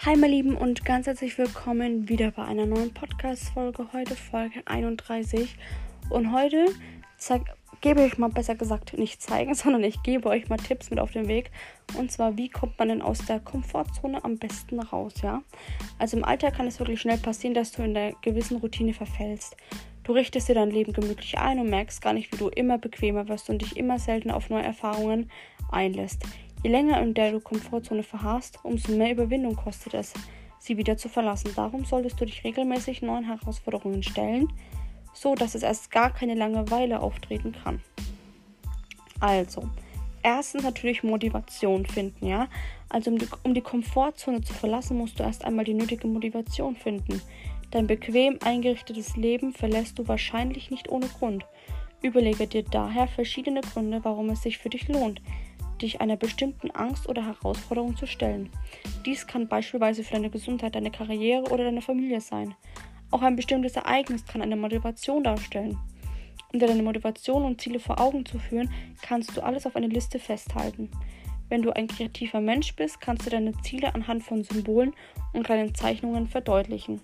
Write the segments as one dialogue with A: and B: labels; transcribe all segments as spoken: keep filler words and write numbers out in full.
A: Hi meine Lieben und ganz herzlich willkommen wieder bei einer neuen Podcast-Folge, heute Folge einunddreißig. Und heute zeig, gebe ich euch mal, besser gesagt nicht zeigen, sondern ich gebe euch mal Tipps mit auf den Weg. Und zwar, wie kommt man denn aus der Komfortzone am besten raus, ja? Also im Alltag kann es wirklich schnell passieren, dass du in einer gewissen Routine verfällst. Du richtest dir dein Leben gemütlich ein und merkst gar nicht, wie du immer bequemer wirst und dich immer seltener auf neue Erfahrungen einlässt. Je länger in der du Komfortzone verharrst, umso mehr Überwindung kostet es, sie wieder zu verlassen. Darum solltest du dich regelmäßig neuen Herausforderungen stellen, so dass es erst gar keine Langeweile auftreten kann. Also, erstens natürlich Motivation finden, ja. Also um die, um die Komfortzone zu verlassen, musst du erst einmal die nötige Motivation finden. Dein bequem eingerichtetes Leben verlässt du wahrscheinlich nicht ohne Grund. Überlege dir daher verschiedene Gründe, warum es sich für dich lohnt, dich einer bestimmten Angst oder Herausforderung zu stellen. Dies kann beispielsweise für deine Gesundheit, deine Karriere oder deine Familie sein. Auch ein bestimmtes Ereignis kann eine Motivation darstellen. Um dir deine Motivation und Ziele vor Augen zu führen, kannst du alles auf eine Liste festhalten. Wenn du ein kreativer Mensch bist, kannst du deine Ziele anhand von Symbolen und kleinen Zeichnungen verdeutlichen.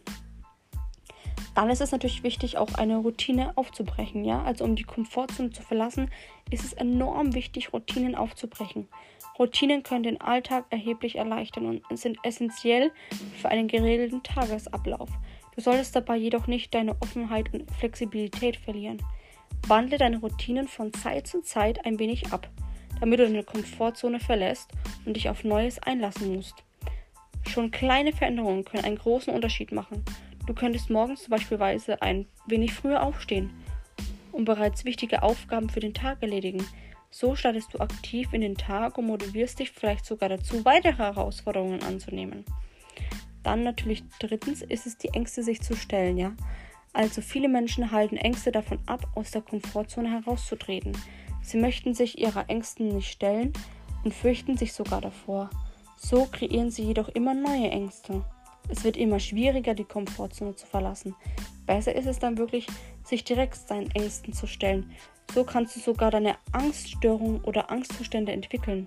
A: Dann ist es natürlich wichtig, auch eine Routine aufzubrechen, ja. Also um die Komfortzone zu verlassen, ist es enorm wichtig, Routinen aufzubrechen. Routinen können den Alltag erheblich erleichtern und sind essentiell für einen geregelten Tagesablauf. Du solltest dabei jedoch nicht deine Offenheit und Flexibilität verlieren. Wandle deine Routinen von Zeit zu Zeit ein wenig ab, damit du deine Komfortzone verlässt und dich auf Neues einlassen musst. Schon kleine Veränderungen können einen großen Unterschied machen. Du könntest morgens zum Beispiel ein wenig früher aufstehen und bereits wichtige Aufgaben für den Tag erledigen. So startest du aktiv in den Tag und motivierst dich vielleicht sogar dazu, weitere Herausforderungen anzunehmen. Dann natürlich drittens ist es, die Ängste sich zu stellen, ja. Also viele Menschen halten Ängste davon ab, aus der Komfortzone herauszutreten. Sie möchten sich ihrer Ängsten nicht stellen und fürchten sich sogar davor. So kreieren sie jedoch immer neue Ängste. Es wird immer schwieriger, die Komfortzone zu verlassen. Besser ist es dann wirklich, sich direkt seinen Ängsten zu stellen. So kannst du sogar deine Angststörung oder Angstzustände entwickeln.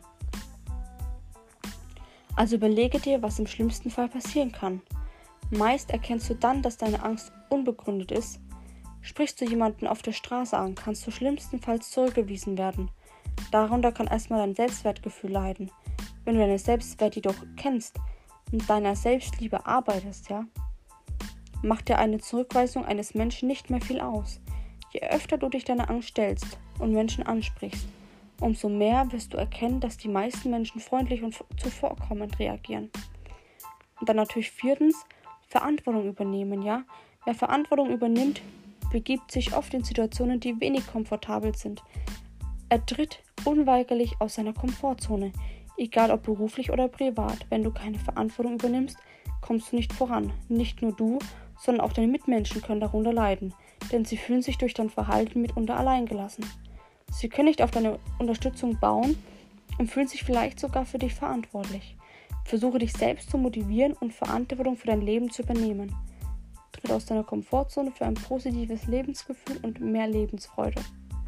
A: Also überlege dir, was im schlimmsten Fall passieren kann. Meist erkennst du dann, dass deine Angst unbegründet ist. Sprichst du jemanden auf der Straße an, kannst du schlimmstenfalls zurückgewiesen werden. Darunter kann erstmal dein Selbstwertgefühl leiden. Wenn du deinen Selbstwert jedoch kennst und deiner Selbstliebe arbeitest, ja, macht dir eine Zurückweisung eines Menschen nicht mehr viel aus. Je öfter du dich deiner Angst stellst und Menschen ansprichst, umso mehr wirst du erkennen, dass die meisten Menschen freundlich und zuvorkommend reagieren. Und dann natürlich viertens, Verantwortung übernehmen, ja. Wer Verantwortung übernimmt, begibt sich oft in Situationen, die wenig komfortabel sind. Er tritt unweigerlich aus seiner Komfortzone. Egal ob beruflich oder privat, wenn du keine Verantwortung übernimmst, kommst du nicht voran. Nicht nur du, sondern auch deine Mitmenschen können darunter leiden, denn sie fühlen sich durch dein Verhalten mitunter alleingelassen. Sie können nicht auf deine Unterstützung bauen und fühlen sich vielleicht sogar für dich verantwortlich. Versuche dich selbst zu motivieren und Verantwortung für dein Leben zu übernehmen. Tritt aus deiner Komfortzone für ein positives Lebensgefühl und mehr Lebensfreude.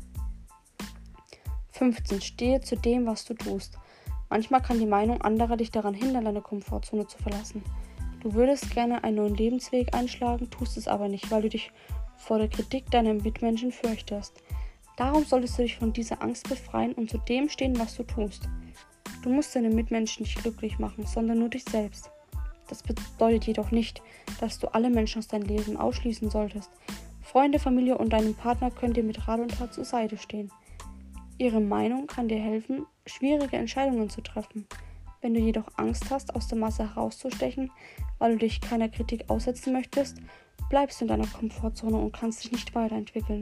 A: fünfzehn. Stehe zu dem, was du tust. Manchmal kann die Meinung anderer dich daran hindern, deine Komfortzone zu verlassen. Du würdest gerne einen neuen Lebensweg einschlagen, tust es aber nicht, weil du dich vor der Kritik deiner Mitmenschen fürchtest. Darum solltest du dich von dieser Angst befreien und zu dem stehen, was du tust. Du musst deine Mitmenschen nicht glücklich machen, sondern nur dich selbst. Das bedeutet jedoch nicht, dass du alle Menschen aus deinem Leben ausschließen solltest. Freunde, Familie und deinem Partner können dir mit Rat und Tat zur Seite stehen. Ihre Meinung kann dir helfen, schwierige Entscheidungen zu treffen. Wenn du jedoch Angst hast, aus der Masse herauszustechen, weil du dich keiner Kritik aussetzen möchtest, bleibst du in deiner Komfortzone und kannst dich nicht weiterentwickeln.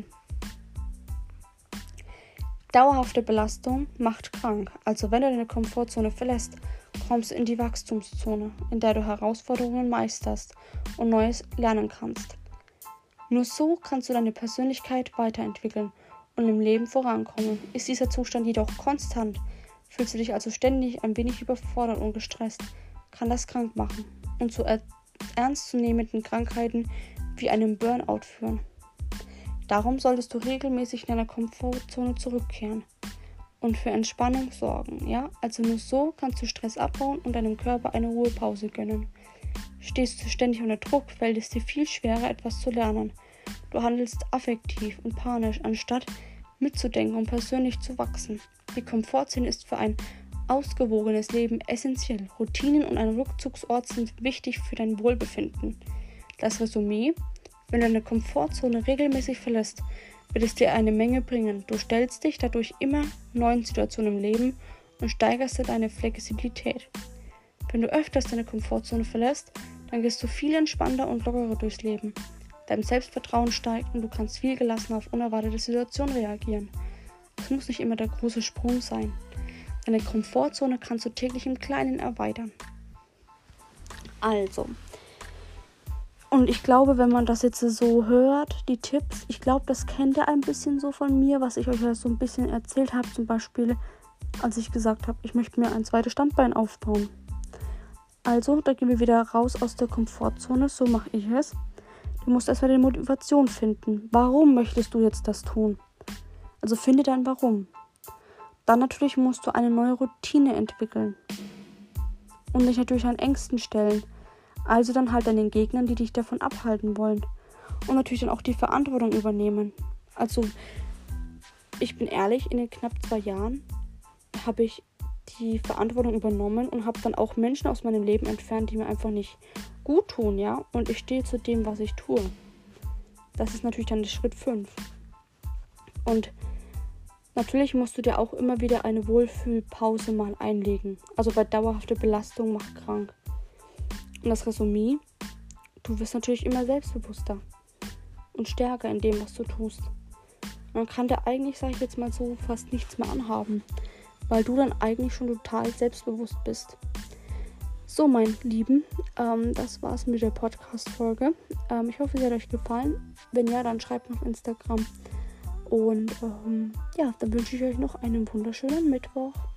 A: Dauerhafte Belastung macht krank. Also wenn du deine Komfortzone verlässt, kommst du in die Wachstumszone, in der du Herausforderungen meisterst und Neues lernen kannst. Nur so kannst du deine Persönlichkeit weiterentwickeln und im Leben vorankommen. Ist dieser Zustand jedoch konstant, fühlst du dich also ständig ein wenig überfordert und gestresst, kann das krank machen und zu er- ernstzunehmenden Krankheiten wie einem Burnout führen. Darum solltest du regelmäßig in deiner Komfortzone zurückkehren und für Entspannung sorgen, ja? Also nur so kannst du Stress abbauen und deinem Körper eine Ruhepause gönnen. Stehst du ständig unter Druck, fällt es dir viel schwerer, etwas zu lernen. Du handelst affektiv und panisch, anstatt mitzudenken und persönlich zu wachsen. Die Komfortzone ist für ein ausgewogenes Leben essentiell. Routinen und ein Rückzugsort sind wichtig für dein Wohlbefinden. Das Resümee: Wenn du deine Komfortzone regelmäßig verlässt, wird es dir eine Menge bringen. Du stellst dich dadurch immer neuen Situationen im Leben und steigerst deine Flexibilität. Wenn du öfters deine Komfortzone verlässt, dann gehst du viel entspannter und lockerer durchs Leben. Dein Selbstvertrauen steigt und du kannst viel gelassener auf unerwartete Situationen reagieren. Es muss nicht immer der große Sprung sein. Deine Komfortzone kannst du täglich im Kleinen erweitern. Also, und ich glaube, wenn man das jetzt so hört, die Tipps, ich glaube, das kennt ihr ein bisschen so von mir, was ich euch ja so ein bisschen erzählt habe. Zum Beispiel, als ich gesagt habe, ich möchte mir ein zweites Standbein aufbauen. Also, da gehen wir wieder raus aus der Komfortzone, so mache ich es. Du musst erstmal die Motivation finden. Warum möchtest du jetzt das tun? Also finde dein Warum. Dann natürlich musst du eine neue Routine entwickeln. Und dich natürlich an Ängsten stellen. Also dann halt an den Gegnern, die dich davon abhalten wollen. Und natürlich dann auch die Verantwortung übernehmen. Also, ich bin ehrlich, in den knapp zwei Jahren habe ich die Verantwortung übernommen und habe dann auch Menschen aus meinem Leben entfernt, die mir einfach nicht gut tun, ja. Und ich stehe zu dem, was ich tue. Das ist natürlich dann der Schritt fünf. Und natürlich musst du dir auch immer wieder eine Wohlfühlpause mal einlegen. Also bei dauerhafter Belastung macht krank. Und das Resümee: Du wirst natürlich immer selbstbewusster und stärker in dem, was du tust. Man kann dir eigentlich, sage ich jetzt mal so, fast nichts mehr anhaben, weil du dann eigentlich schon total selbstbewusst bist. So, mein Lieben, ähm, das war's mit der Podcast-Folge. Ähm, ich hoffe, sie hat euch gefallen. Wenn ja, dann schreibt mir auf Instagram. Und ähm, ja, dann wünsche ich euch noch einen wunderschönen Mittwoch.